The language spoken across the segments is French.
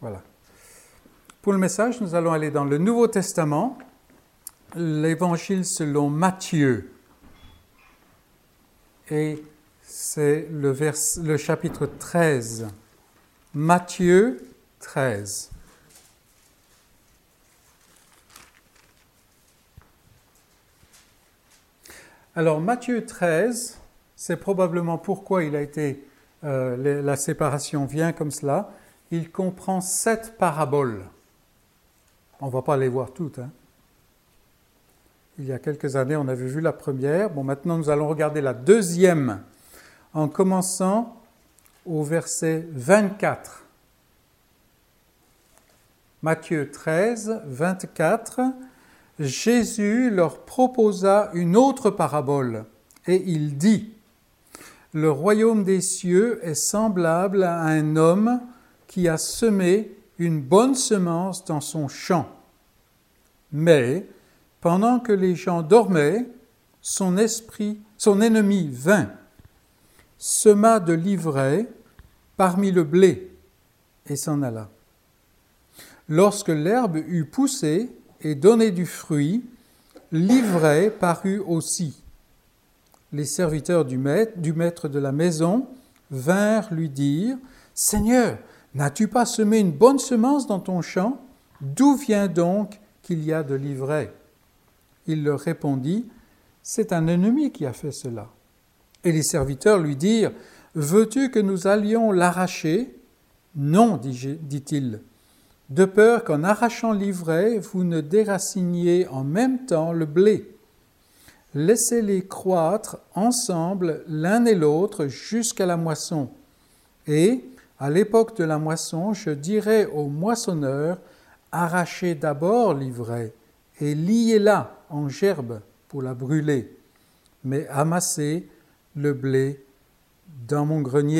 Voilà. Pour le message, nous allons aller dans le Nouveau Testament, l'Évangile selon Matthieu. Et c'est le chapitre 13. Matthieu 13. Alors, Matthieu 13, c'est probablement pourquoi il a été, la séparation vient comme cela. Il comprend 7 paraboles. On ne va pas les voir toutes. Il y a quelques années, on avait vu la première. Bon, maintenant, nous allons regarder la deuxième, en commençant au verset 24. Matthieu 13, 24. Jésus leur proposa une autre parabole, et il dit : « Le royaume des cieux est semblable à un homme qui a semé une bonne semence dans son champ. Mais, pendant que les gens dormaient, son ennemi vint, sema de l'ivraie parmi le blé, et s'en alla. Lorsque l'herbe eut poussé et donné du fruit, l'ivraie parut aussi. Les serviteurs du maître de la maison vinrent lui dire : « Seigneur, n'as-tu pas semé une bonne semence dans ton champ ? D'où vient donc qu'il y a de l'ivraie ?» Il leur répondit : « C'est un ennemi qui a fait cela. » Et les serviteurs lui dirent : « Veux-tu que nous allions l'arracher ? » « Non, dit-il, de peur qu'en arrachant l'ivraie, vous ne déraciniez en même temps le blé. Laissez-les croître ensemble l'un et l'autre jusqu'à la moisson. Et, à l'époque de la moisson, je dirai aux moissonneurs : arrachez d'abord l'ivraie et liez-la en gerbes pour la brûler, mais amassez le blé dans mon grenier. »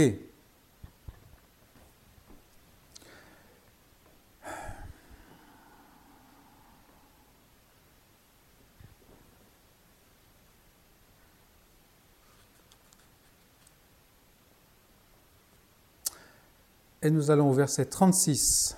Et nous allons au verset 36.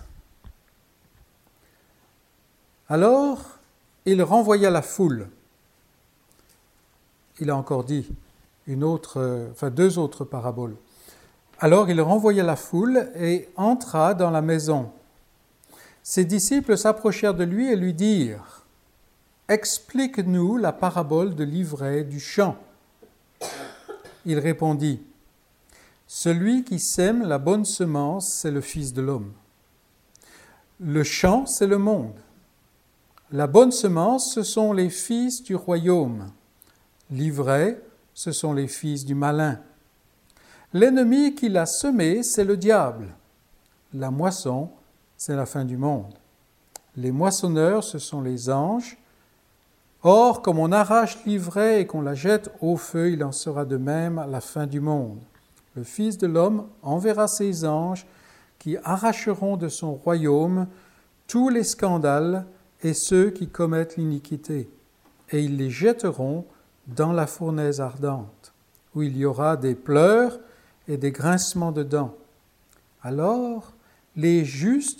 Alors, il renvoya la foule. Il a encore dit deux autres paraboles. Alors, il renvoya la foule et entra dans la maison. Ses disciples s'approchèrent de lui et lui dirent : « Explique-nous la parabole de l'ivraie du champ. » Il répondit : « Celui qui sème la bonne semence, c'est le Fils de l'homme. Le champ, c'est le monde. La bonne semence, ce sont les fils du royaume. L'ivraie, ce sont les fils du malin. L'ennemi qui l'a semé, c'est le diable. La moisson, c'est la fin du monde. Les moissonneurs, ce sont les anges. Or, comme on arrache l'ivraie et qu'on la jette au feu, il en sera de même à la fin du monde. Le Fils de l'homme enverra ses anges qui arracheront de son royaume tous les scandales et ceux qui commettent l'iniquité, et ils les jetteront dans la fournaise ardente, où il y aura des pleurs et des grincements de dents. Alors, les justes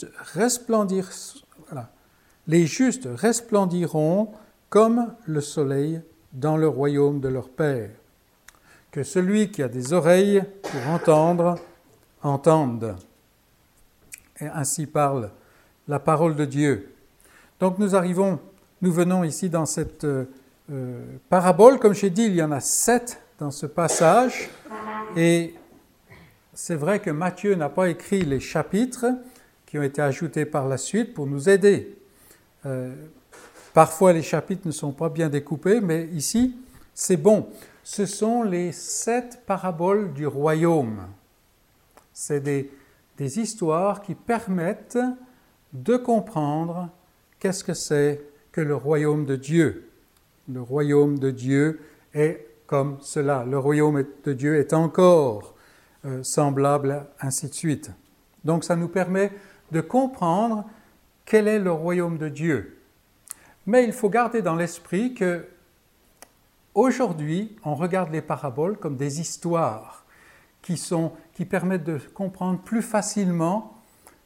resplendiront comme le soleil dans le royaume de leur Père. Que celui qui a des oreilles pour entendre, entende. Et ainsi parle la parole de Dieu. Donc nous venons ici dans cette parabole. Comme j'ai dit, il y en a 7 dans ce passage. Et c'est vrai que Matthieu n'a pas écrit les chapitres qui ont été ajoutés par la suite pour nous aider. Parfois, les chapitres ne sont pas bien découpés, mais ici, c'est bon. Ce sont les 7 paraboles du royaume. C'est des histoires qui permettent de comprendre qu'est-ce que c'est que le royaume de Dieu. Le royaume de Dieu est comme cela. Le royaume de Dieu est encore semblable, ainsi de suite. Donc ça nous permet de comprendre quel est le royaume de Dieu. Mais il faut garder dans l'esprit que aujourd'hui, on regarde les paraboles comme des histoires qui permettent de comprendre plus facilement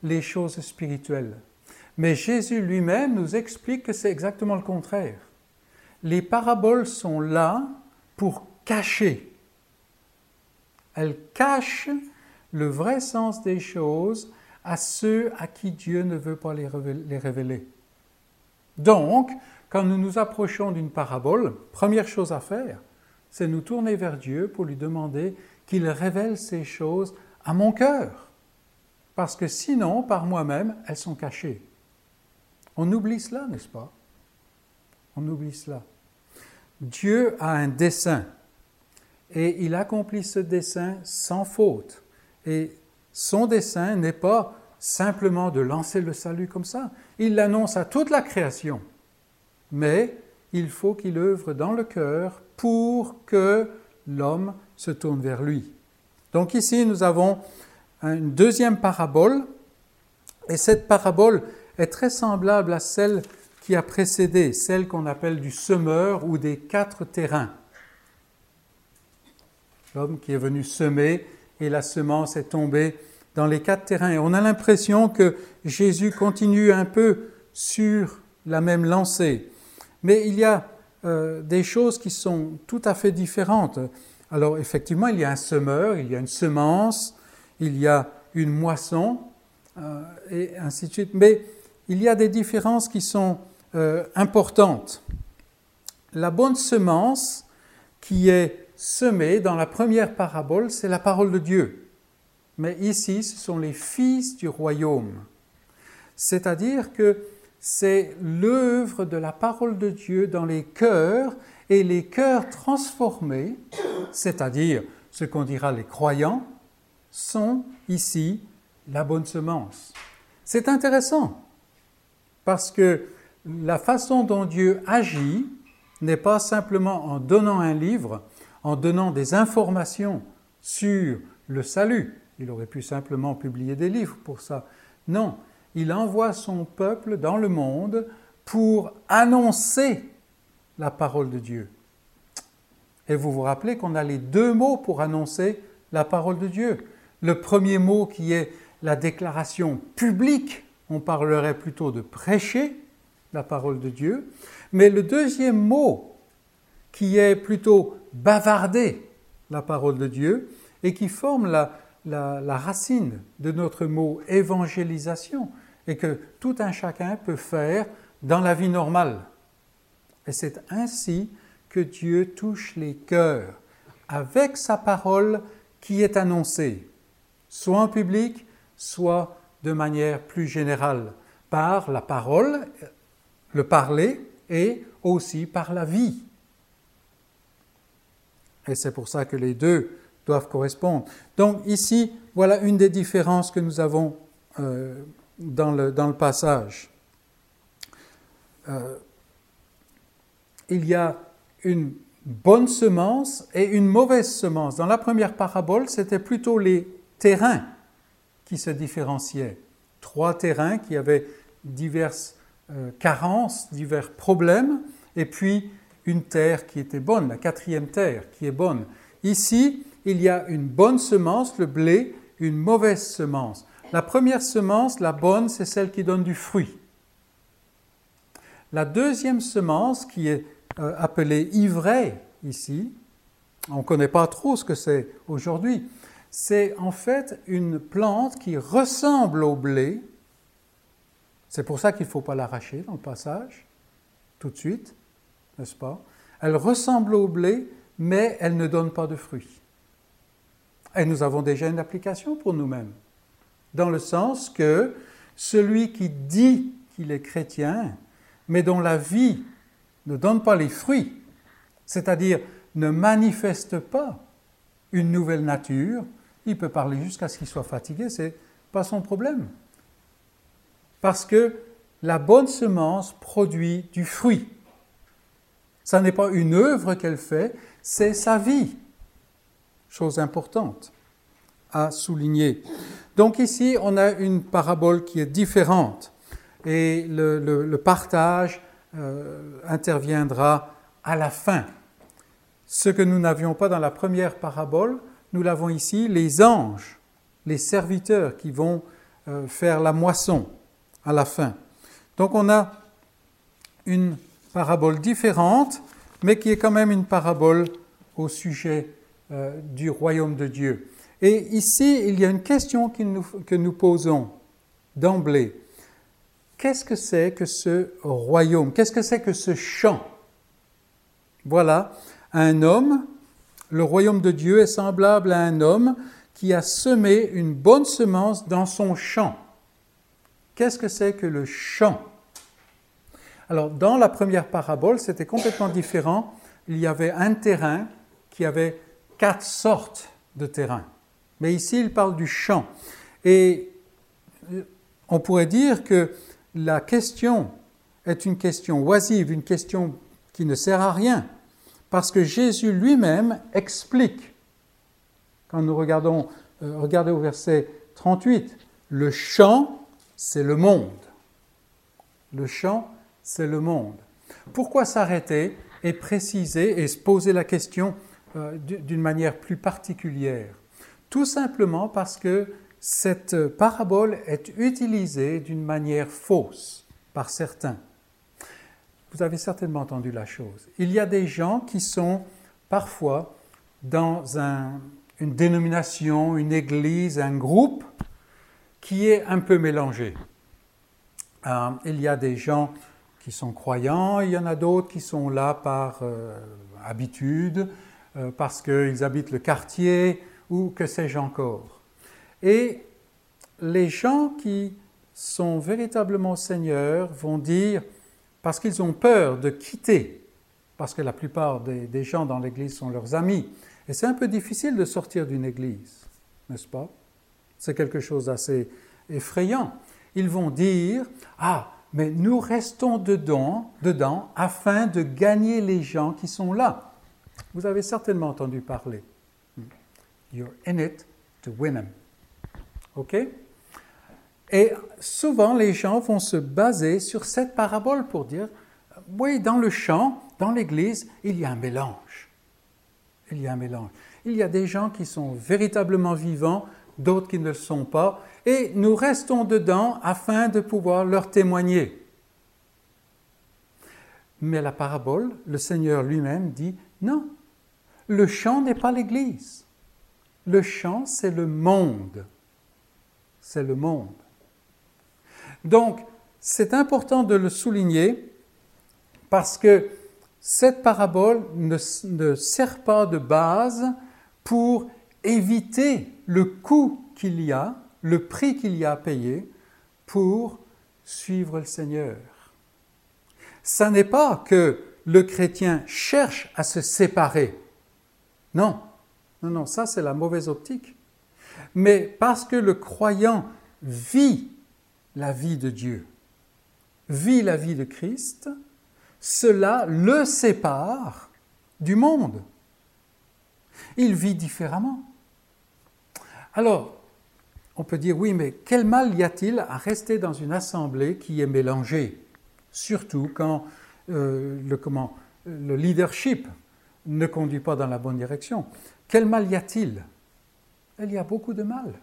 les choses spirituelles. Mais Jésus lui-même nous explique que c'est exactement le contraire. Les paraboles sont là pour cacher. Elles cachent le vrai sens des choses à ceux à qui Dieu ne veut pas les révéler. Donc, quand nous nous approchons d'une parabole, première chose à faire, c'est nous tourner vers Dieu pour lui demander qu'il révèle ces choses à mon cœur. Parce que sinon, par moi-même, elles sont cachées. On oublie cela, n'est-ce pas? On oublie cela. Dieu a un dessein et il accomplit ce dessein sans faute. Et son dessein n'est pas simplement de lancer le salut comme ça. Il l'annonce à toute la création. Mais il faut qu'il œuvre dans le cœur pour que l'homme se tourne vers lui. Donc ici, nous avons une deuxième parabole. Et cette parabole est très semblable à celle qui a précédé, celle qu'on appelle du semeur ou des 4 terrains. L'homme qui est venu semer et la semence est tombée dans les 4 terrains. Et on a l'impression que Jésus continue un peu sur la même lancée. Mais il y a des choses qui sont tout à fait différentes. Alors effectivement, il y a un semeur, il y a une semence, il y a une moisson, et ainsi de suite. Mais il y a des différences qui sont importantes. La bonne semence qui est semée dans la première parabole, c'est la parole de Dieu. Mais ici, ce sont les fils du royaume. C'est-à-dire que c'est l'œuvre de la parole de Dieu dans les cœurs, et les cœurs transformés, c'est-à-dire ce qu'on dira les croyants, sont ici la bonne semence. C'est intéressant, parce que la façon dont Dieu agit n'est pas simplement en donnant un livre, en donnant des informations sur le salut. Il aurait pu simplement publier des livres pour ça. Non, il envoie son peuple dans le monde pour annoncer la parole de Dieu. Et vous vous rappelez qu'on a les 2 mots pour annoncer la parole de Dieu. Le premier mot qui est la déclaration publique, on parlerait plutôt de prêcher la parole de Dieu. Mais le deuxième mot qui est plutôt bavarder la parole de Dieu et qui forme la racine de notre mot évangélisation et que tout un chacun peut faire dans la vie normale. Et c'est ainsi que Dieu touche les cœurs avec sa parole qui est annoncée, soit en public, soit de manière plus générale, par la parole, le parler et aussi par la vie. Et c'est pour ça que les 2 doivent correspondre. Donc ici, voilà une des différences que nous avons dans le passage. Il y a une bonne semence et une mauvaise semence. Dans la première parabole, c'était plutôt les terrains qui se différenciaient. 3 terrains qui avaient diverses carences, divers problèmes, et puis une terre qui était bonne, la 4e terre qui est bonne. Ici, il y a une bonne semence, le blé, une mauvaise semence. La première semence, la bonne, c'est celle qui donne du fruit. La deuxième semence, qui est appelée ivraie ici, on ne connaît pas trop ce que c'est aujourd'hui, c'est en fait une plante qui ressemble au blé. C'est pour ça qu'il ne faut pas l'arracher dans le passage, tout de suite, n'est-ce pas? Elle ressemble au blé, mais elle ne donne pas de fruits. Et nous avons déjà une application pour nous-mêmes, dans le sens que celui qui dit qu'il est chrétien, mais dont la vie ne donne pas les fruits, c'est-à-dire ne manifeste pas une nouvelle nature, il peut parler jusqu'à ce qu'il soit fatigué, ce n'est pas son problème. Parce que la bonne semence produit du fruit. Ça n'est pas une œuvre qu'elle fait, c'est sa vie. Chose importante à souligner. Donc ici, on a une parabole qui est différente et le partage interviendra à la fin. Ce que nous n'avions pas dans la première parabole, nous l'avons ici, les anges, les serviteurs qui vont faire la moisson à la fin. Donc on a une parabole différente, mais qui est quand même une parabole au sujet du royaume de Dieu. Et ici, il y a une question que nous posons d'emblée. Qu'est-ce que c'est que ce royaume? Qu'est-ce que c'est que ce champ? Voilà, un homme, le royaume de Dieu est semblable à un homme qui a semé une bonne semence dans son champ. Qu'est-ce que c'est que le champ? Alors, dans la première parabole, c'était complètement différent. Il y avait un terrain qui avait 4 sortes de terrains. Mais ici, il parle du champ. Et on pourrait dire que la question est une question oisive, une question qui ne sert à rien, parce que Jésus lui-même explique. Quand nous regardez au verset 38, le champ, c'est le monde. Le champ, c'est le monde. Pourquoi s'arrêter et préciser et se poser la question d'une manière plus particulière? Tout simplement parce que cette parabole est utilisée d'une manière fausse par certains. Vous avez certainement entendu la chose. Il y a des gens qui sont parfois dans une dénomination, une église, un groupe qui est un peu mélangé. Il y a des gens qui sont croyants, il y en a d'autres qui sont là par habitude, parce qu'ils habitent le quartier ou que sais-je encore. Et les gens qui sont véritablement Seigneur vont dire, parce qu'ils ont peur de quitter, parce que la plupart des gens dans l'Église sont leurs amis, et c'est un peu difficile de sortir d'une Église, n'est-ce pas? C'est quelque chose d'assez effrayant. Ils vont dire, mais nous restons dedans afin de gagner les gens qui sont là. Vous avez certainement entendu parler. You're in it to win them. OK? Et souvent, les gens vont se baser sur cette parabole pour dire, oui, dans le champ, dans l'Église, il y a un mélange. Il y a un mélange. Il y a des gens qui sont véritablement vivants, d'autres qui ne le sont pas, et nous restons dedans afin de pouvoir leur témoigner. Mais la parabole, le Seigneur lui-même dit, non, le champ n'est pas l'Église. Le champ, c'est le monde. C'est le monde. Donc, c'est important de le souligner parce que cette parabole ne sert pas de base pour éviter le coût qu'il y a, le prix qu'il y a à payer pour suivre le Seigneur. Ça n'est pas que le chrétien cherche à se séparer. Non, ça c'est la mauvaise optique. Mais parce que le croyant vit la vie de Dieu, vit la vie de Christ, cela le sépare du monde. Il vit différemment. Alors, on peut dire, oui, mais quel mal y a-t-il à rester dans une assemblée qui est mélangée, surtout quand le leadership ne conduit pas dans la bonne direction. Quel mal y a-t-il? Il y a beaucoup de mal,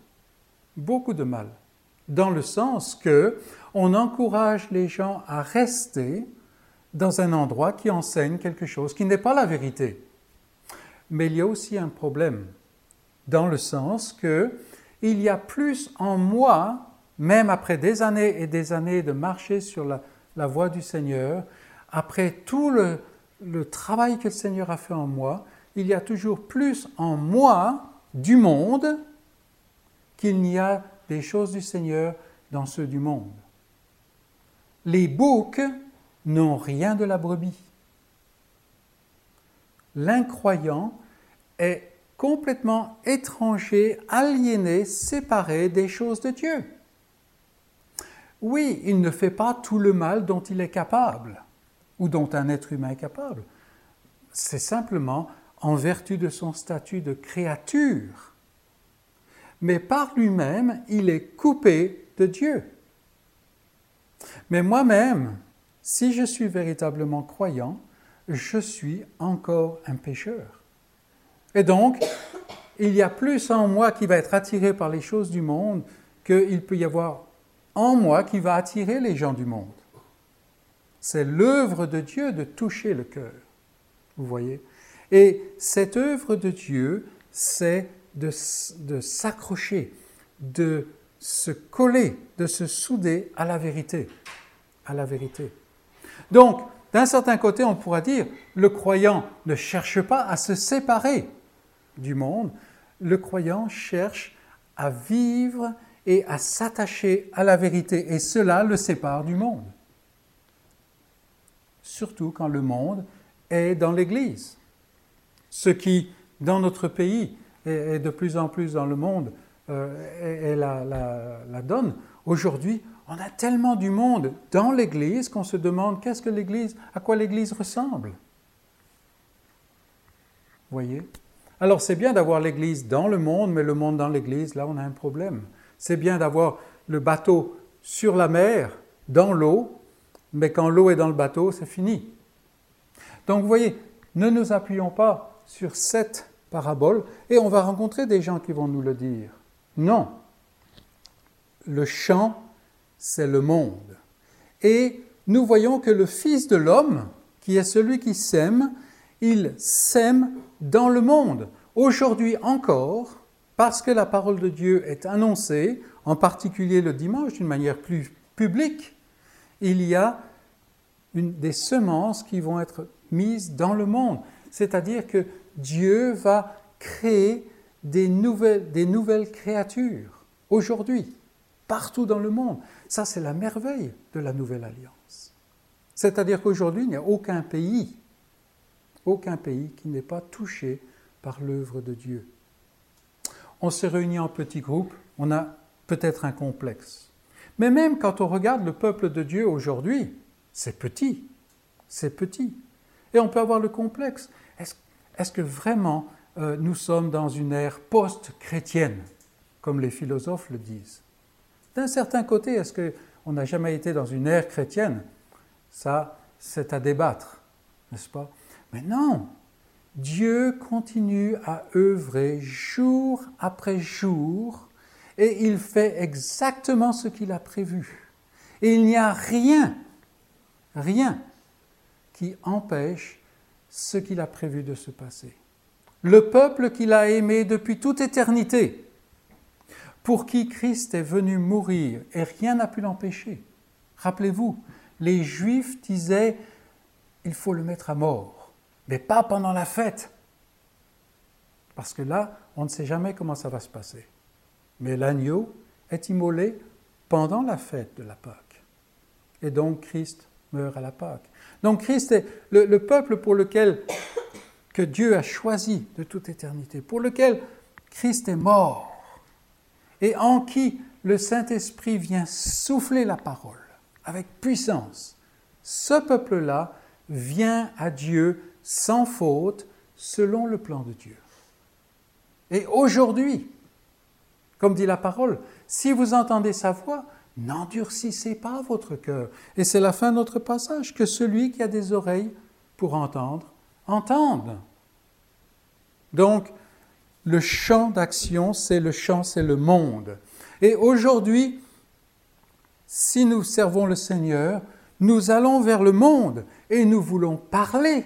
dans le sens que on encourage les gens à rester dans un endroit qui enseigne quelque chose qui n'est pas la vérité. Mais il y a aussi un problème, dans le sens que il y a plus en moi, même après des années et des années de marcher sur la voie du Seigneur, après tout le travail que le Seigneur a fait en moi, il y a toujours plus en moi du monde qu'il n'y a des choses du Seigneur dans ceux du monde. Les boucs n'ont rien de la brebis. L'incroyant est complètement étranger, aliéné, séparé des choses de Dieu. Oui, il ne fait pas tout le mal dont il est capable, ou dont un être humain est capable. C'est simplement en vertu de son statut de créature. Mais par lui-même, il est coupé de Dieu. Mais moi-même, si je suis véritablement croyant, je suis encore un pécheur. Et donc, il y a plus en moi qui va être attiré par les choses du monde qu'il peut y avoir en moi qui va attirer les gens du monde. C'est l'œuvre de Dieu de toucher le cœur. Vous voyez? Et cette œuvre de Dieu, c'est de s'accrocher, de se coller, de se souder à la vérité. À la vérité. Donc, d'un certain côté, on pourra dire, le croyant ne cherche pas à se séparer du monde, le croyant cherche à vivre et à s'attacher à la vérité, et cela le sépare du monde. Surtout quand le monde est dans l'Église. Ce qui, dans notre pays, et de plus en plus dans le monde, est la donne. Aujourd'hui, on a tellement du monde dans l'Église qu'on se demande qu'est-ce que l'Église, à quoi l'Église ressemble. Vous voyez? Alors c'est bien d'avoir l'Église dans le monde, mais le monde dans l'Église, là on a un problème. C'est bien d'avoir le bateau sur la mer, dans l'eau, mais quand l'eau est dans le bateau, c'est fini. Donc vous voyez, ne nous appuyons pas sur cette parabole, et on va rencontrer des gens qui vont nous le dire. Non, le champ, c'est le monde. Et nous voyons que le Fils de l'homme, qui est celui qui sème, il sème dans le monde. Aujourd'hui encore, parce que la parole de Dieu est annoncée, en particulier le dimanche d'une manière plus publique, il y a des semences qui vont être mises dans le monde. C'est-à-dire que Dieu va créer des nouvelles créatures aujourd'hui, partout dans le monde. Ça, c'est la merveille de la Nouvelle Alliance. C'est-à-dire qu'aujourd'hui, il n'y a aucun pays qui n'est pas touché par l'œuvre de Dieu. On se réunit en petits groupes, on a peut-être un complexe. Mais même quand on regarde le peuple de Dieu aujourd'hui, c'est petit. Et on peut avoir le complexe. Est-ce que vraiment nous sommes dans une ère post-chrétienne, comme les philosophes le disent? D'un certain côté, est-ce qu'on n'a jamais été dans une ère chrétienne? Ça, c'est à débattre, n'est-ce pas? Mais non, Dieu continue à œuvrer jour après jour et il fait exactement ce qu'il a prévu. Et il n'y a rien qui empêche ce qu'il a prévu de se passer. Le peuple qu'il a aimé depuis toute éternité, pour qui Christ est venu mourir et rien n'a pu l'empêcher. Rappelez-vous, les Juifs disaient « il faut le mettre à mort », mais pas pendant la fête. Parce que là, on ne sait jamais comment ça va se passer. Mais l'agneau est immolé pendant la fête de la Pâque. Et donc Christ meurt à la Pâque. Donc Christ est le peuple pour lequel que Dieu a choisi de toute éternité, pour lequel Christ est mort, et en qui le Saint-Esprit vient souffler la parole avec puissance. Ce peuple-là vient à Dieu sans faute, selon le plan de Dieu. Et aujourd'hui, comme dit la parole, si vous entendez sa voix, n'endurcissez pas votre cœur. Et c'est la fin de notre passage, que celui qui a des oreilles pour entendre, entende. Donc, le champ d'action, c'est le monde. Et aujourd'hui, si nous servons le Seigneur, nous allons vers le monde et nous voulons parler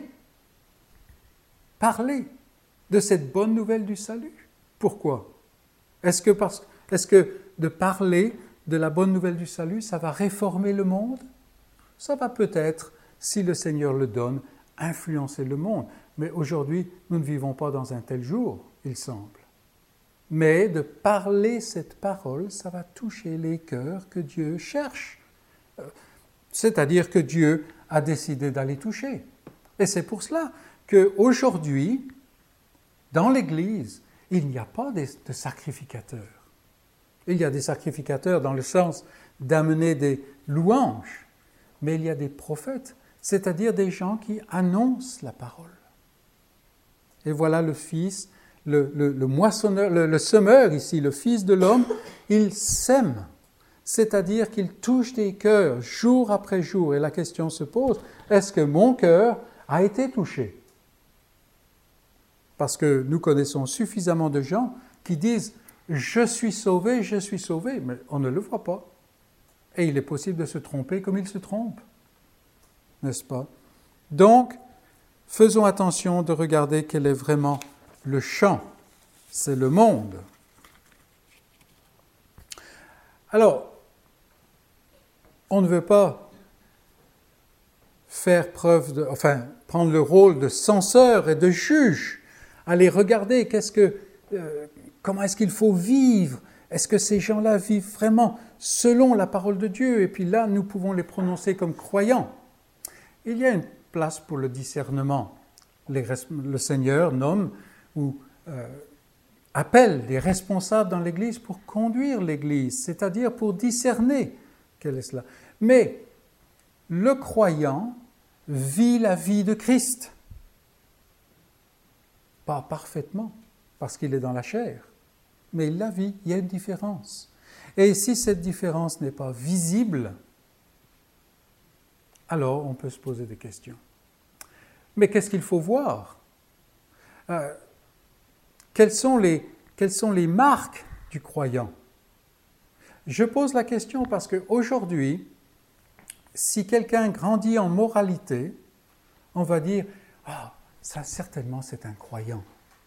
de cette bonne nouvelle du salut. Pourquoi? Est-ce que de parler de la bonne nouvelle du salut, ça va réformer le monde? Ça va peut-être, si le Seigneur le donne, influencer le monde. Mais aujourd'hui, nous ne vivons pas dans un tel jour, il semble. Mais de parler cette parole, ça va toucher les cœurs que Dieu cherche. C'est-à-dire que Dieu a décidé d'aller toucher. Et c'est pour cela qu'aujourd'hui, dans l'Église, il n'y a pas de sacrificateurs. Il y a des sacrificateurs dans le sens d'amener des louanges, mais il y a des prophètes, c'est-à-dire des gens qui annoncent la parole. Et voilà le Fils, le moissonneur, le semeur ici, le Fils de l'homme, il sème, c'est-à-dire qu'il touche des cœurs jour après jour. Et la question se pose, est-ce que mon cœur a été touché? Parce que nous connaissons suffisamment de gens qui disent je suis sauvé, mais on ne le voit pas. Et il est possible de se tromper comme il se trompe, n'est-ce pas? Donc, faisons attention de regarder quel est vraiment le champ, c'est le monde. Alors, on ne veut pas prendre le rôle de censeur et de juge, aller regarder comment est-ce qu'il faut vivre, est-ce que ces gens-là vivent vraiment selon la parole de Dieu, et puis là, nous pouvons les prononcer comme croyants. Il y a une place pour le discernement. Le Seigneur nomme ou appelle les responsables dans l'Église pour conduire l'Église, c'est-à-dire pour discerner quel est cela. Mais le croyant vit la vie de Christ. Pas parfaitement, parce qu'il est dans la chair, mais il la vit, il y a une différence. Et si cette différence n'est pas visible, alors on peut se poser des questions. Mais qu'est-ce qu'il faut voir? Quelles sont les marques du croyant? Je pose la question parce qu'aujourd'hui, si quelqu'un grandit en moralité, on va dire « Ah, ça certainement c'est un croyant ».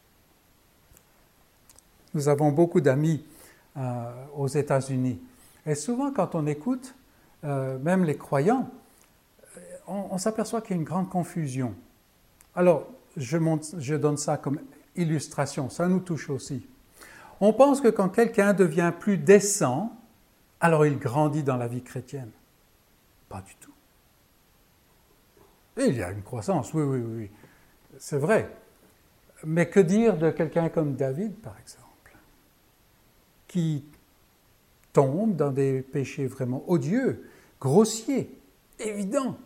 Nous avons beaucoup d'amis aux États-Unis. Et souvent quand on écoute, même les croyants, on s'aperçoit qu'il y a une grande confusion. Alors, je donne ça comme illustration, ça nous touche aussi. On pense que quand quelqu'un devient plus décent, alors il grandit dans la vie chrétienne. Pas du tout. Et il y a une croissance, oui, c'est vrai. Mais que dire de quelqu'un comme David, par exemple, qui tombe dans des péchés vraiment odieux, grossiers, évidents.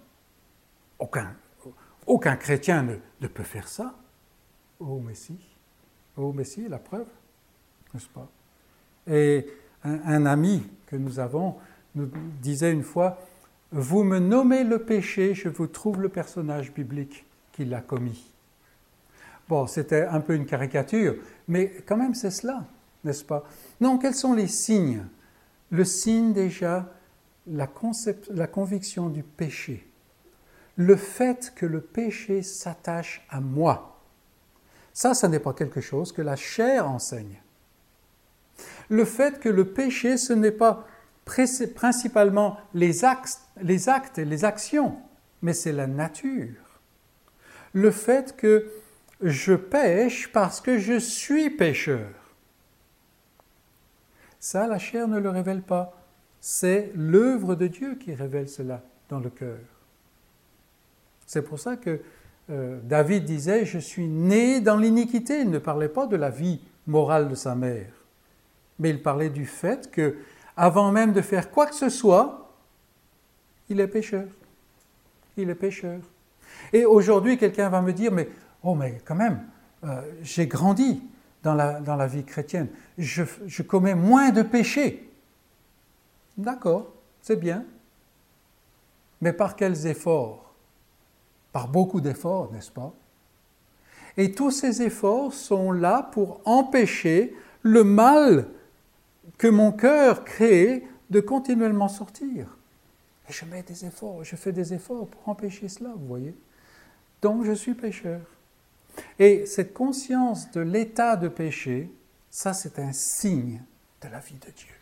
Aucun chrétien ne peut faire ça. Oh Messie, la preuve, n'est-ce pas? Et un ami que nous avons nous disait une fois, « Vous me nommez le péché, je vous trouve le personnage biblique qui l'a commis. » Bon, c'était un peu une caricature, mais quand même c'est cela, n'est-ce pas? Non, quels sont les signes? Le signe déjà, la conviction du péché. Le fait que le péché s'attache à moi. Ça n'est pas quelque chose que la chair enseigne. Le fait que le péché, ce n'est pas principalement les actes et les actions, mais c'est la nature. Le fait que je pêche parce que je suis pécheur. Ça, la chair ne le révèle pas. C'est l'œuvre de Dieu qui révèle cela dans le cœur. C'est pour ça que David disait « Je suis né dans l'iniquité ». Il ne parlait pas de la vie morale de sa mère, mais il parlait du fait que, avant même de faire quoi que ce soit, il est pécheur. Il est pécheur. Et aujourd'hui, quelqu'un va me dire « mais quand même, j'ai grandi dans la vie chrétienne. Je commets moins de péchés. » D'accord, c'est bien. Mais par quels efforts? Par beaucoup d'efforts, n'est-ce pas? Et tous ces efforts sont là pour empêcher le mal que mon cœur crée de continuellement sortir. Et je fais des efforts pour empêcher cela, vous voyez. Donc je suis pécheur. Et cette conscience de l'état de péché, ça c'est un signe de la vie de Dieu.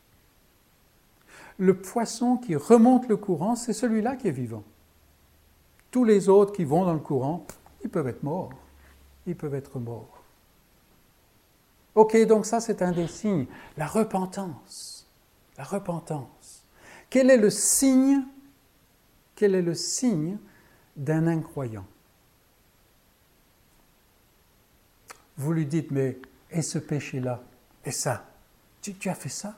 Le poisson qui remonte le courant, c'est celui-là qui est vivant. Tous les autres qui vont dans le courant, ils peuvent être morts. Ils peuvent être morts. Ok, donc ça c'est un des signes. La repentance. La repentance. Quel est le signe d'un incroyant? Vous lui dites, mais et ce péché-là? Et ça? Tu as fait ça?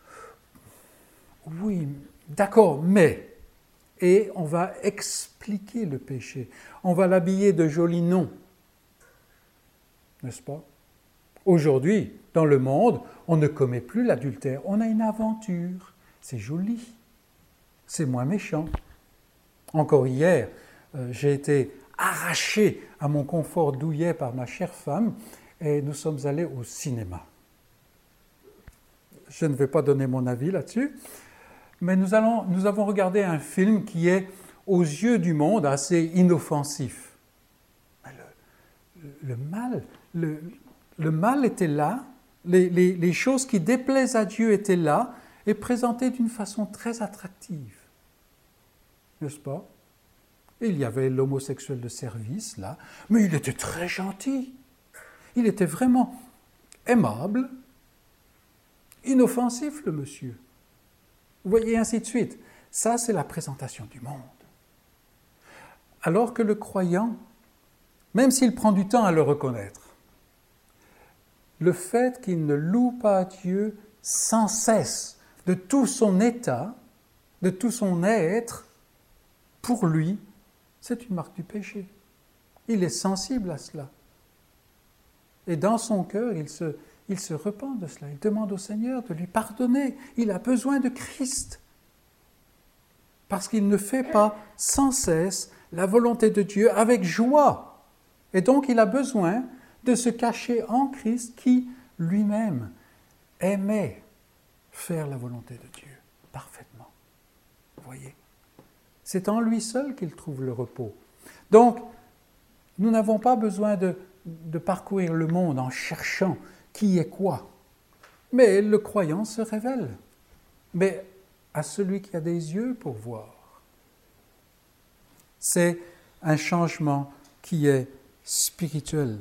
Oui, d'accord, mais... Et on va expliquer le péché. On va l'habiller de jolis noms. N'est-ce pas? Aujourd'hui, dans le monde, on ne commet plus l'adultère. On a une aventure. C'est joli. C'est moins méchant. Encore hier, j'ai été arraché à mon confort douillet par ma chère femme et nous sommes allés au cinéma. je ne vais pas donner mon avis là-dessus, mais nous avons regardé un film qui est, aux yeux du monde, assez inoffensif. Mais le mal était là, les choses qui déplaisent à Dieu étaient là, et présentées d'une façon très attractive. N'est-ce pas? Il y avait l'homosexuel de service, là, mais il était très gentil. Il était vraiment aimable, inoffensif, le monsieur. Vous voyez, ainsi de suite. Ça, c'est la présentation du monde. Alors que le croyant, même s'il prend du temps à le reconnaître, le fait qu'il ne loue pas Dieu sans cesse de tout son état, de tout son être, pour lui, c'est une marque du péché. Il est sensible à cela. Et dans son cœur, il se repent de cela. Il demande au Seigneur de lui pardonner. Il a besoin de Christ. Parce qu'il ne fait pas sans cesse la volonté de Dieu avec joie. Et donc, il a besoin de se cacher en Christ qui, lui-même, aimait faire la volonté de Dieu parfaitement. Vous voyez? C'est en lui seul qu'il trouve le repos. Donc, nous n'avons pas besoin de parcourir le monde en cherchant qui est quoi. Mais le croyant se révèle. Mais à celui qui a des yeux pour voir. C'est un changement qui est spirituel.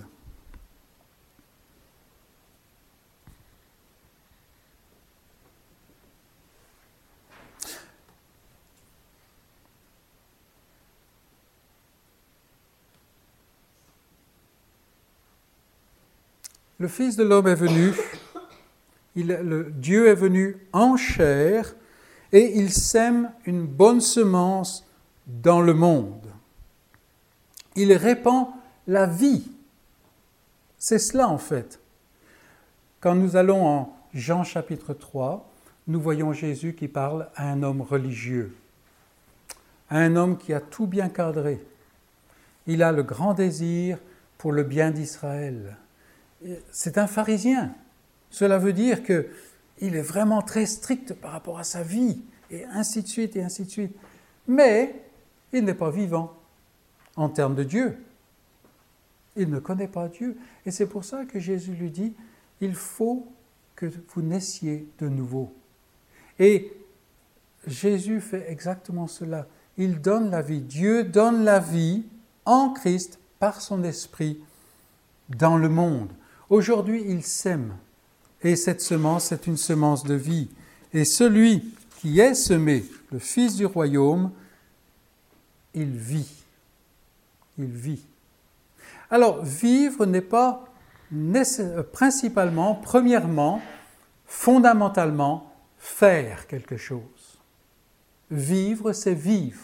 Le Fils de l'homme est venu, Dieu est venu en chair et il sème une bonne semence dans le monde. Il répand la vie. C'est cela en fait. Quand nous allons en Jean chapitre 3, nous voyons Jésus qui parle à un homme religieux, à un homme qui a tout bien cadré. Il a le grand désir pour le bien d'Israël. C'est un pharisien. Cela veut dire qu'il est vraiment très strict par rapport à sa vie, et ainsi de suite, et ainsi de suite. Mais il n'est pas vivant en termes de Dieu. Il ne connaît pas Dieu. Et c'est pour ça que Jésus lui dit, il faut que vous naissiez de nouveau. Et Jésus fait exactement cela. Il donne la vie. Dieu donne la vie en Christ par son esprit dans le monde. Aujourd'hui, il sème. Et cette semence, c'est une semence de vie. Et celui qui est semé, le Fils du royaume, il vit. Il vit. Alors, vivre n'est pas principalement, premièrement, fondamentalement, faire quelque chose. Vivre, c'est vivre.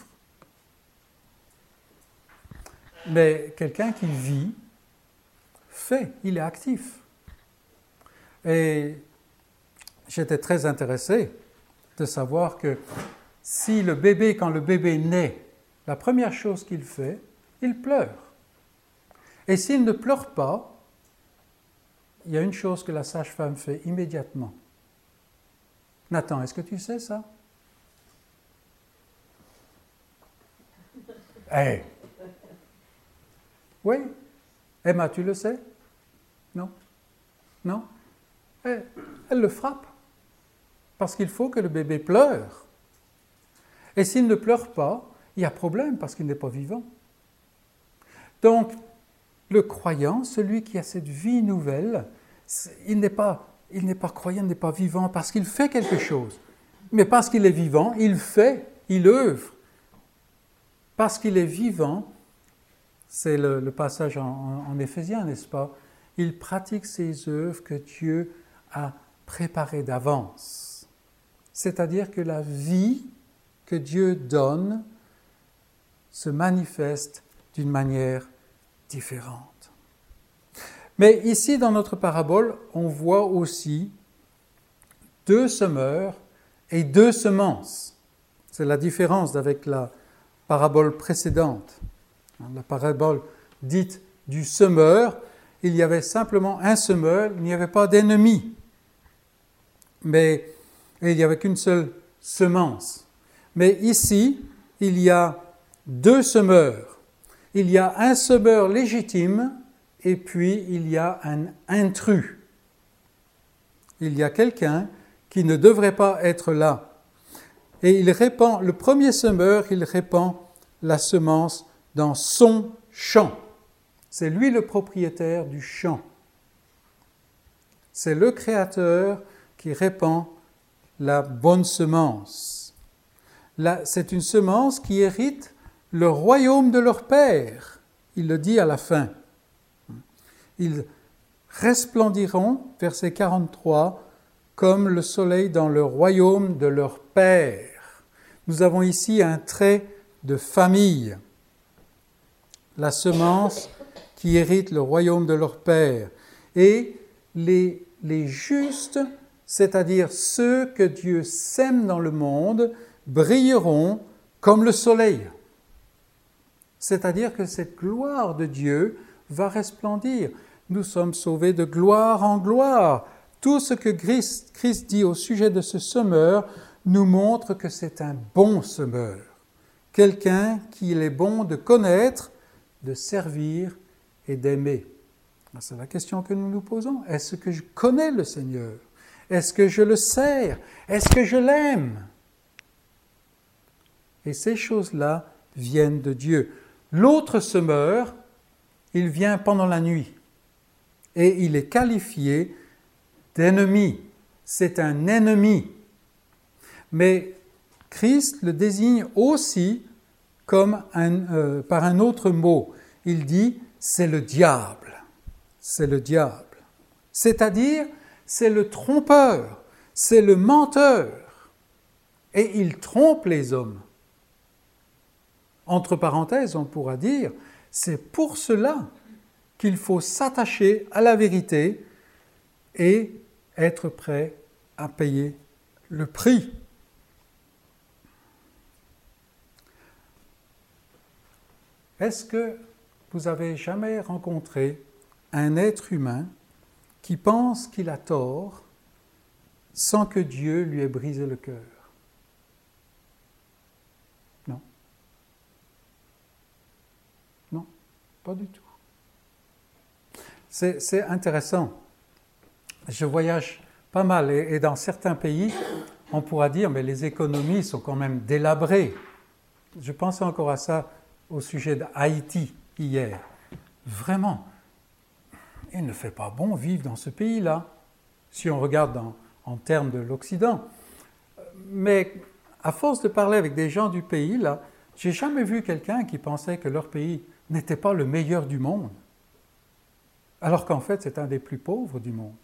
Mais quelqu'un qui vit, fait, il est actif. Et j'étais très intéressé de savoir que si quand le bébé naît, la première chose qu'il fait, il pleure. Et s'il ne pleure pas, il y a une chose que la sage-femme fait immédiatement. Nathan, est-ce que tu sais ça? Hey. Oui? Emma, tu le sais? Non? Non? Elle le frappe. Parce qu'il faut que le bébé pleure. Et s'il ne pleure pas, il y a problème parce qu'il n'est pas vivant. Donc, le croyant, celui qui a cette vie nouvelle, il n'est pas croyant, il n'est pas vivant parce qu'il fait quelque chose. Mais parce qu'il est vivant, il fait, il œuvre. Parce qu'il est vivant, c'est le passage en Éphésiens, n'est-ce pas? Il pratique ces œuvres que Dieu a préparées d'avance. C'est-à-dire que la vie que Dieu donne se manifeste d'une manière différente. Mais ici, dans notre parabole, on voit aussi 2 semeurs et 2 semences. C'est la différence avec la parabole précédente. La parabole dite du semeur, il y avait simplement un semeur, il n'y avait pas d'ennemi. mais il n'y avait qu'une seule semence. Mais ici, il y a deux semeurs. Il y a un semeur légitime et puis il y a un intrus. Il y a quelqu'un qui ne devrait pas être là. Et il répand, le premier semeur, il répand la semence dans son champ. C'est lui le propriétaire du champ. C'est le Créateur qui répand la bonne semence. Là, c'est une semence qui hérite le royaume de leur Père. Il le dit à la fin. Ils resplendiront, verset 43, comme le soleil dans le royaume de leur Père. Nous avons ici un trait de famille. La semence qui hérite le royaume de leur Père. Et les justes, c'est-à-dire ceux que Dieu sème dans le monde, brilleront comme le soleil. C'est-à-dire que cette gloire de Dieu va resplendir. Nous sommes sauvés de gloire en gloire. Tout ce que Christ dit au sujet de ce semeur nous montre que c'est un bon semeur. Quelqu'un qu'il est bon de connaître, de servir et d'aimer. C'est la question que nous nous posons. Est-ce que je connais le Seigneur? Est-ce que je le sers? Est-ce que je l'aime? Et ces choses-là viennent de Dieu. L'autre semeur, il vient pendant la nuit et il est qualifié d'ennemi. C'est un ennemi. Mais Christ le désigne aussi comme par un autre mot. Il dit « c'est le diable ». C'est le diable. C'est-à-dire, c'est le trompeur, c'est le menteur. Et il trompe les hommes. Entre parenthèses, on pourra dire, c'est pour cela qu'il faut s'attacher à la vérité et être prêt à payer le prix. Est-ce que vous avez jamais rencontré un être humain qui pense qu'il a tort sans que Dieu lui ait brisé le cœur? Non. Non, pas du tout. C'est intéressant. Je voyage pas mal et dans certains pays, on pourra dire, mais les économies sont quand même délabrées. Je pensais encore à ça au sujet d'Haïti hier. Vraiment, il ne fait pas bon vivre dans ce pays-là, si on regarde en termes de l'Occident. Mais à force de parler avec des gens du pays, là, j'ai jamais vu quelqu'un qui pensait que leur pays n'était pas le meilleur du monde, alors qu'en fait, c'est un des plus pauvres du monde.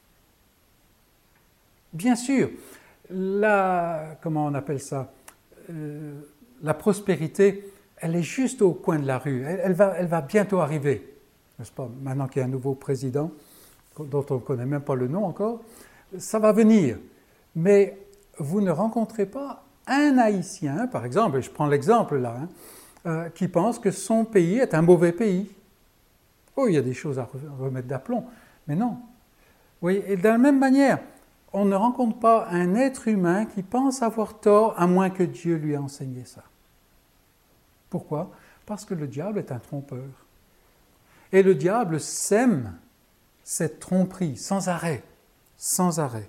Bien sûr, comment on appelle ça, la prospérité, elle est juste au coin de la rue. Elle va bientôt arriver, n'est-ce pas? Maintenant qu'il y a un nouveau président, dont on ne connaît même pas le nom encore, ça va venir. Mais vous ne rencontrez pas un Haïtien, par exemple, et je prends l'exemple là, qui pense que son pays est un mauvais pays. Oh, il y a des choses à remettre d'aplomb, mais non. Oui, et de la même manière, on ne rencontre pas un être humain qui pense avoir tort, à moins que Dieu lui ait enseigné ça. Pourquoi? Parce que le diable est un trompeur. Et le diable sème cette tromperie sans arrêt, sans arrêt.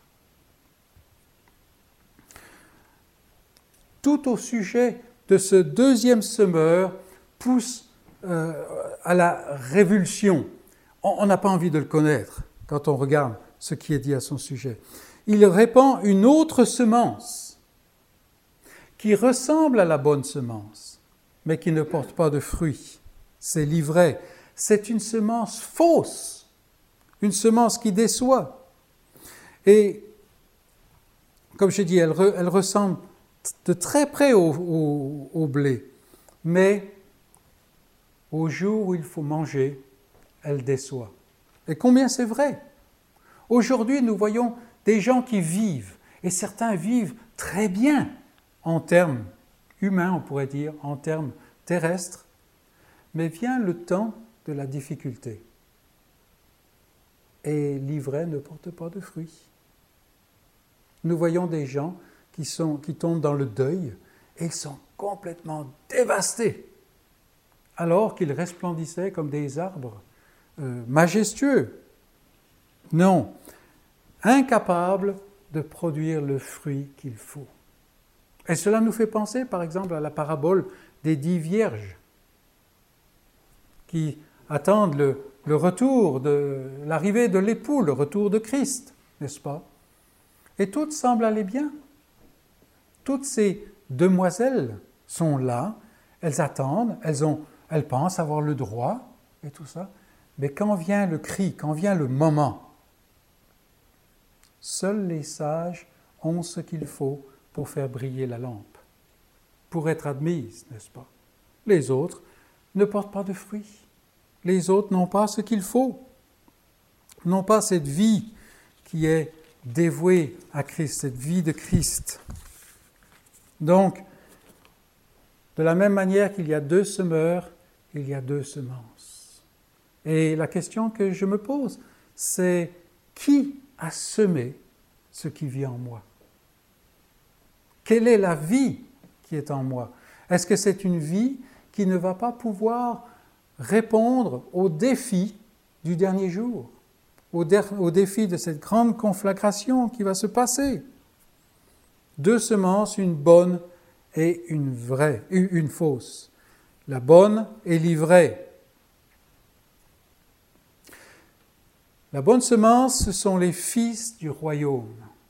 Tout au sujet de ce deuxième semeur pousse à la révulsion. On n'a pas envie de le connaître quand on regarde ce qui est dit à son sujet. Il répand une autre semence qui ressemble à la bonne semence, mais qui ne porte pas de fruits. C'est l'ivraie. C'est une semence fausse, une semence qui déçoit. Et, comme j'ai dit, elle ressemble de très près au blé, mais au jour où il faut manger, elle déçoit. Et combien c'est vrai? Aujourd'hui, nous voyons des gens qui vivent, et certains vivent très bien en termes humains, on pourrait dire, en termes terrestres, mais vient le temps de la difficulté. Et l'ivraie ne porte pas de fruits. Nous voyons des gens qui tombent dans le deuil et ils sont complètement dévastés, alors qu'ils resplendissaient comme des arbres majestueux. Non, incapables de produire le fruit qu'il faut. Et cela nous fait penser, par exemple, à la parabole des 10 vierges qui attendent le retour l'arrivée de l'époux, le retour de Christ, n'est-ce pas? Et toutes semblent aller bien. Toutes ces demoiselles sont là, elles attendent, elles pensent avoir le droit et tout ça. Mais quand vient le cri, quand vient le moment, seuls les sages ont ce qu'il faut pour faire briller la lampe, pour être admises, n'est-ce pas? Les autres ne portent pas de fruits. Les autres n'ont pas ce qu'il faut, n'ont pas cette vie qui est dévouée à Christ, cette vie de Christ. Donc, de la même manière qu'il y a 2 semeurs, il y a 2 semences. Et la question que je me pose, c'est qui a semé ce qui vit en moi? Quelle est la vie qui est en moi? Est-ce que c'est une vie qui ne va pas pouvoir répondre aux défis du dernier jour, aux défis de cette grande conflagration qui va se passer? 2 semences, une bonne et une fausse. La bonne est l'ivrée. La bonne semence, ce sont les fils du royaume.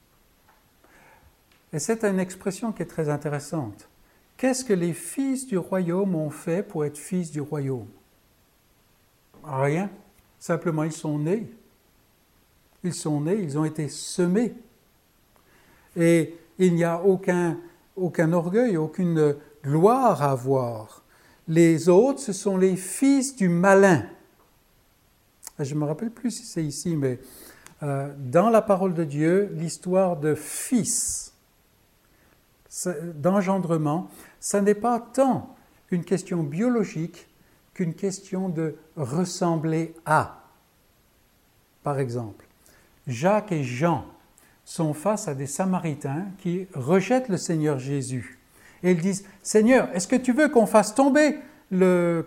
Et c'est une expression qui est très intéressante. Qu'est-ce que les fils du royaume ont fait pour être fils du royaume? Rien. Simplement, ils sont nés. Ils sont nés, ils ont été semés. Et il n'y a aucun orgueil, aucune gloire à avoir. Les autres, ce sont les fils du malin. Je ne me rappelle plus si c'est ici, mais dans la parole de Dieu, l'histoire de fils, d'engendrement, ça n'est pas tant une question biologique qu'une question de ressembler à. Par exemple, Jacques et Jean sont face à des Samaritains qui rejettent le Seigneur Jésus. Et ils disent, « Seigneur, est-ce que tu veux qu'on fasse tomber le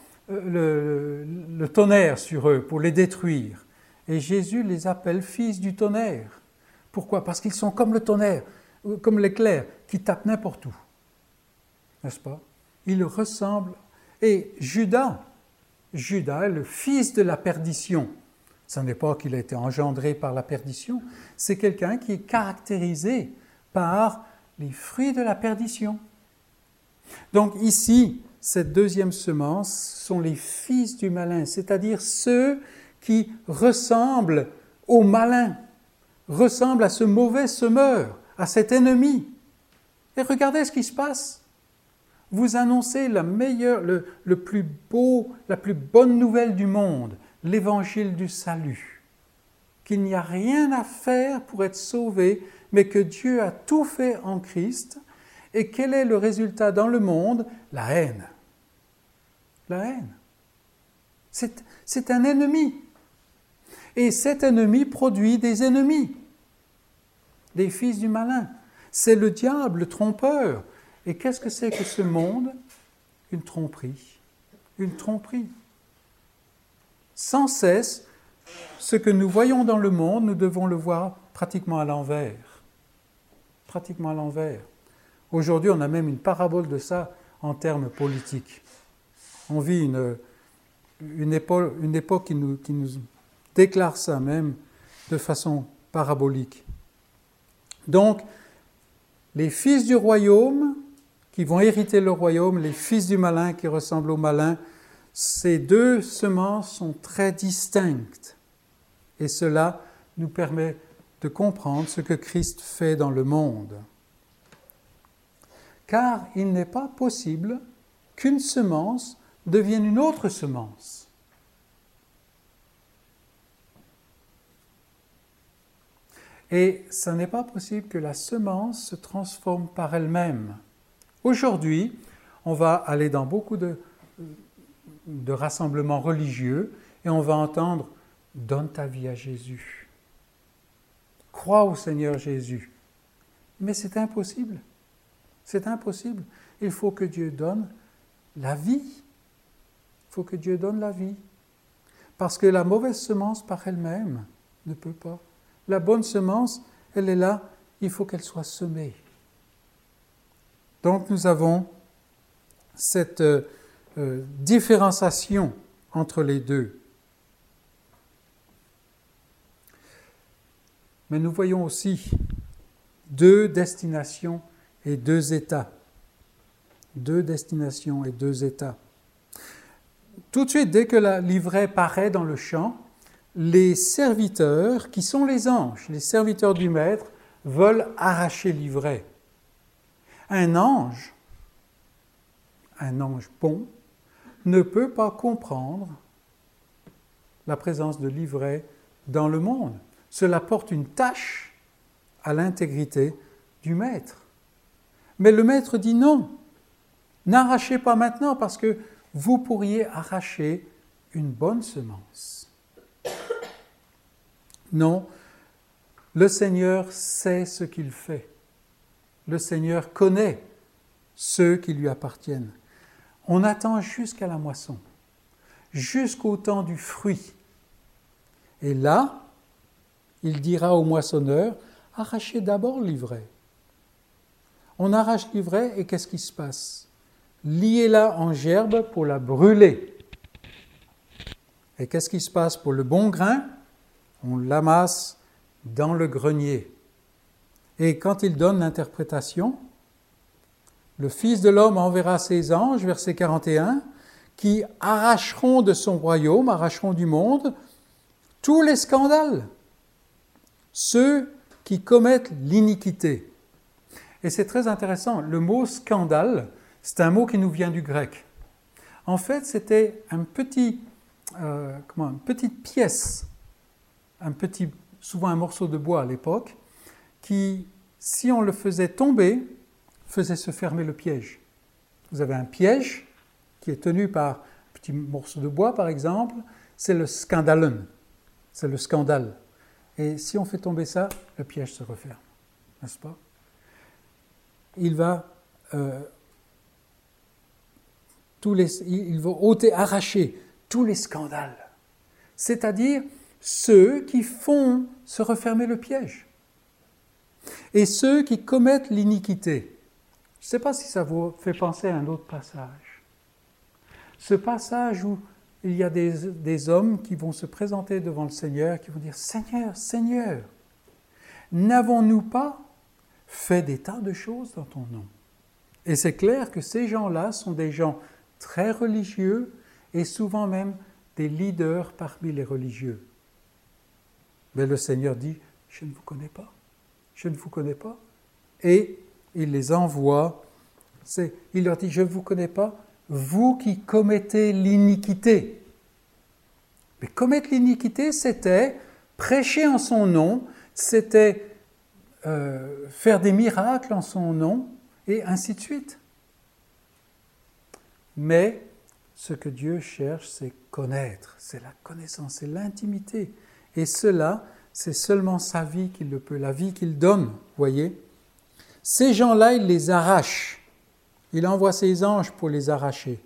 tonnerre sur eux pour les détruire ?» Et Jésus les appelle fils du tonnerre. Pourquoi? Parce qu'ils sont comme le tonnerre, comme l'éclair, qui tape n'importe où. N'est-ce pas? Ils ressemblent. Et Judas est le fils de la perdition. Ce n'est pas qu'il a été engendré par la perdition, c'est quelqu'un qui est caractérisé par les fruits de la perdition. Donc ici, cette deuxième semence sont les fils du malin, c'est-à-dire ceux qui ressemblent au malin, ressemblent à ce mauvais semeur, à cet ennemi. Et regardez ce qui se passe. Vous annoncez le plus beau, la plus bonne nouvelle du monde, l'évangile du salut, qu'il n'y a rien à faire pour être sauvé, mais que Dieu a tout fait en Christ. Et quel est le résultat dans le monde? La haine. La haine. C'est un ennemi. Et cet ennemi produit des ennemis, des fils du malin. C'est le diable, le trompeur. Et qu'est-ce que c'est que ce monde? Une tromperie. Une tromperie. Sans cesse, ce que nous voyons dans le monde, nous devons le voir pratiquement à l'envers. Pratiquement à l'envers. Aujourd'hui, on a même une parabole de ça en termes politiques. On vit une époque qui nous déclare ça même de façon parabolique. Donc, les fils du royaume qui vont hériter le royaume, les fils du malin qui ressemblent au malin, ces 2 semences sont très distinctes. Et cela nous permet de comprendre ce que Christ fait dans le monde. Car il n'est pas possible qu'une semence devienne une autre semence. Et ce n'est pas possible que la semence se transforme par elle-même. Aujourd'hui, on va aller dans beaucoup de rassemblements religieux et on va entendre « Donne ta vie à Jésus. Crois au Seigneur Jésus. Mais c'est impossible. C'est impossible. Il faut que Dieu donne la vie. Il faut que Dieu donne la vie. Parce que la mauvaise semence par elle-même ne peut pas. La bonne semence, elle est là, il faut qu'elle soit semée. Donc nous avons cette différenciation entre les deux. Mais nous voyons aussi deux destinations et deux états. Deux destinations et deux états. Tout de suite, dès que la livrée paraît dans le champ, les serviteurs, qui sont les anges, les serviteurs du Maître, veulent arracher l'ivraie. Un ange bon, ne peut pas comprendre la présence de l'ivraie dans le monde. Cela porte une tache à l'intégrité du Maître. Mais le Maître dit non, n'arrachez pas maintenant parce que vous pourriez arracher une bonne semence. Non, le Seigneur sait ce qu'il fait. Le Seigneur connaît ceux qui lui appartiennent. On attend jusqu'à la moisson, jusqu'au temps du fruit. Et là, il dira au moissonneur, arrachez d'abord l'ivraie. On arrache l'ivraie et qu'est-ce qui se passe? Liez-la en gerbe pour la brûler. Et qu'est-ce qui se passe pour le bon grain? On l'amasse dans le grenier. Et quand il donne l'interprétation, le Fils de l'homme enverra ses anges, verset 41, qui arracheront de son royaume, arracheront du monde, tous les scandales, ceux qui commettent l'iniquité. Et c'est très intéressant, le mot scandale, c'est un mot qui nous vient du grec. En fait, c'était une petite pièce, souvent un morceau de bois à l'époque, qui, si on le faisait tomber, faisait se fermer le piège. Vous avez un piège qui est tenu par un petit morceau de bois, par exemple, c'est le scandalon, c'est le scandale. Et si on fait tomber ça, le piège se referme, n'est-ce pas? Il va ôter, arracher tous les scandales, c'est-à-dire ceux qui font se refermer le piège et ceux qui commettent l'iniquité. Je ne sais pas si ça vous fait penser à un autre passage. Ce passage où il y a des hommes qui vont se présenter devant le Seigneur, qui vont dire « Seigneur, Seigneur, n'avons-nous pas fait des tas de choses dans ton nom ?» Et c'est clair que ces gens-là sont des gens très religieux et souvent même des leaders parmi les religieux. Mais le Seigneur dit « Je ne vous connais pas, je ne vous connais pas. » Et il les envoie, il leur dit « Je ne vous connais pas, vous qui commettez l'iniquité. » Mais commettre l'iniquité, c'était prêcher en son nom, c'était faire des miracles en son nom, et ainsi de suite. Mais ce que Dieu cherche, c'est connaître, c'est la connaissance, c'est l'intimité. Et cela, c'est seulement sa vie qu'il le peut, la vie qu'il donne, voyez. Ces gens-là, il les arrache. Il envoie ses anges pour les arracher.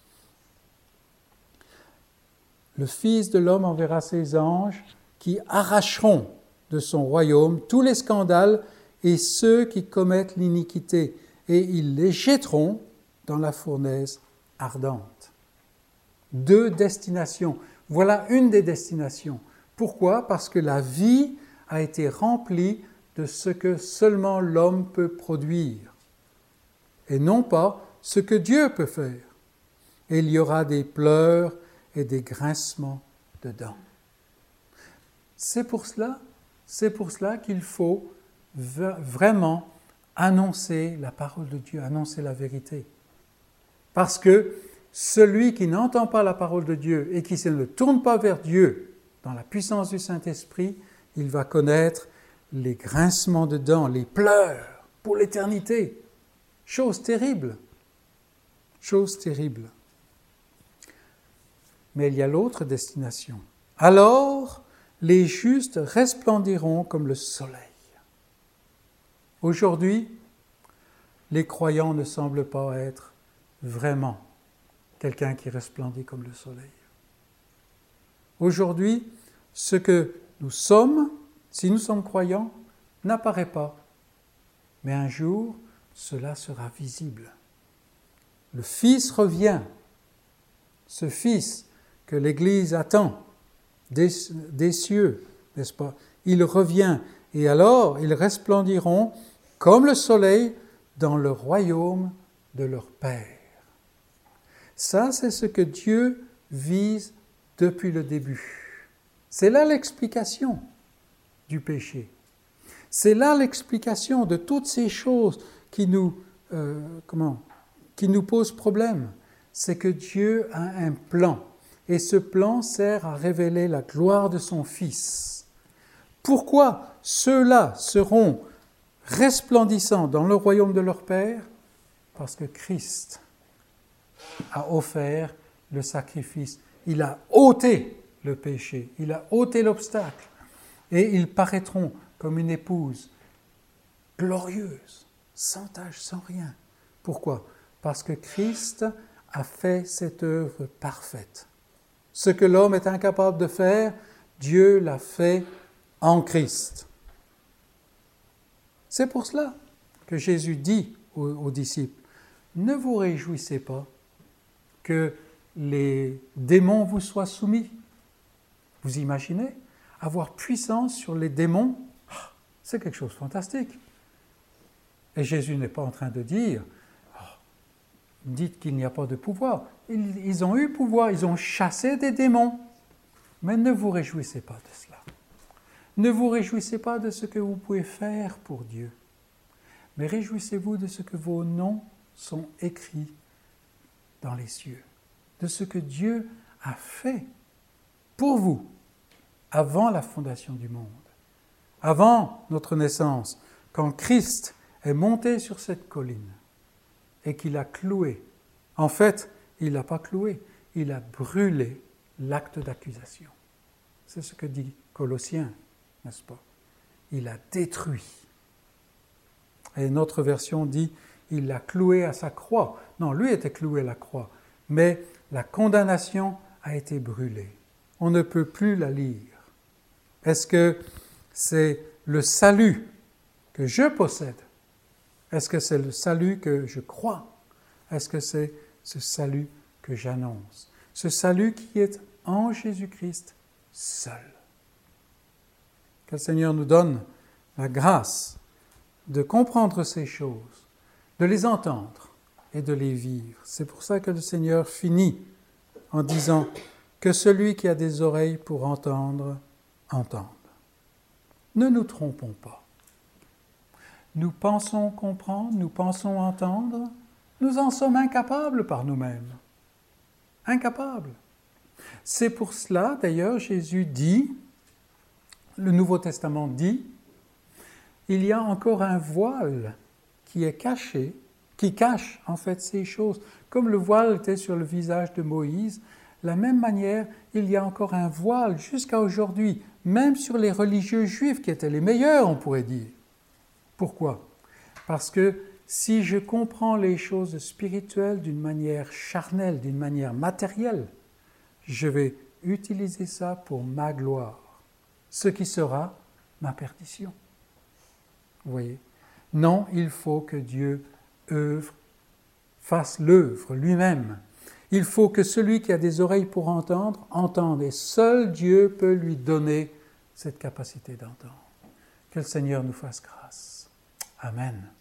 Le Fils de l'homme enverra ses anges qui arracheront de son royaume tous les scandales et ceux qui commettent l'iniquité, et ils les jetteront dans la fournaise ardente. Deux destinations. Voilà une des destinations. Pourquoi? Parce que la vie a été remplie de ce que seulement l'homme peut produire, et non pas ce que Dieu peut faire. Et il y aura des pleurs et des grincements de dents. C'est pour cela qu'il faut vraiment annoncer la parole de Dieu, annoncer la vérité. Parce que celui qui n'entend pas la parole de Dieu et qui ne se tourne pas vers Dieu dans la puissance du Saint-Esprit, il va connaître les grincements de dents, les pleurs pour l'éternité. Chose terrible. Chose terrible. Mais il y a l'autre destination. Alors, les justes resplendiront comme le soleil. Aujourd'hui, les croyants ne semblent pas être vraiment quelqu'un qui resplendit comme le soleil. Aujourd'hui, ce que nous sommes, si nous sommes croyants, n'apparaît pas. Mais un jour, cela sera visible. Le Fils revient. Ce Fils que l'Église attend des cieux, n'est-ce pas? Il revient et alors ils resplendiront comme le soleil dans le royaume de leur Père. Ça, c'est ce que Dieu vise depuis le début. C'est là l'explication du péché. C'est là l'explication de toutes ces choses qui nous posent problème. C'est que Dieu a un plan. Et ce plan sert à révéler la gloire de son Fils. Pourquoi ceux-là seront resplendissants dans le royaume de leur Père? Parce que Christ a offert le sacrifice. Il a ôté le péché. Il a ôté l'obstacle. Et ils paraîtront comme une épouse glorieuse, sans tache, sans rien. Pourquoi? Parce que Christ a fait cette œuvre parfaite. Ce que l'homme est incapable de faire, Dieu l'a fait en Christ. C'est pour cela que Jésus dit aux disciples, ne vous réjouissez pas que les démons vous soient soumis. Vous imaginez avoir puissance sur les démons? C'est quelque chose de fantastique. Et Jésus n'est pas en train de dire, dites qu'il n'y a pas de pouvoir. Ils ont eu pouvoir, ils ont chassé des démons. Mais ne vous réjouissez pas de cela. Ne vous réjouissez pas de ce que vous pouvez faire pour Dieu. Mais réjouissez-vous de ce que vos noms sont écrits dans les cieux. De ce que Dieu a fait pour vous avant la fondation du monde. Avant notre naissance, quand Christ est monté sur cette colline et qu'il a cloué. En fait, il n'a pas cloué, il a brûlé l'acte d'accusation. C'est ce que dit Colossiens, n'est-ce pas? Il a détruit. Et notre version dit, il l'a cloué à sa croix. Non, lui était cloué à la croix, mais la condamnation a été brûlée. On ne peut plus la lire. Est-ce que c'est le salut que je possède? Est-ce que c'est le salut que je crois? Est-ce que c'est ce salut que j'annonce? Ce salut qui est en Jésus-Christ seul. Que le Seigneur nous donne la grâce de comprendre ces choses, de les entendre et de les vivre. C'est pour ça que le Seigneur finit en disant que celui qui a des oreilles pour entendre, entende. Ne nous trompons pas. Nous pensons comprendre, nous pensons entendre, nous en sommes incapables par nous-mêmes. Incapables. C'est pour cela, d'ailleurs, Jésus dit, le Nouveau Testament dit, il y a encore un voile qui est caché, qui cache en fait ces choses. Comme le voile était sur le visage de Moïse, de la même manière, il y a encore un voile jusqu'à aujourd'hui, même sur les religieux juifs qui étaient les meilleurs, on pourrait dire. Pourquoi? Parce que si je comprends les choses spirituelles d'une manière charnelle, d'une manière matérielle, je vais utiliser ça pour ma gloire, ce qui sera ma perdition. Vous voyez? Non, il faut que Dieu fasse l'œuvre lui-même. Il faut que celui qui a des oreilles pour entendre, entende. Et seul Dieu peut lui donner cette capacité d'entendre. Que le Seigneur nous fasse grâce. Amen.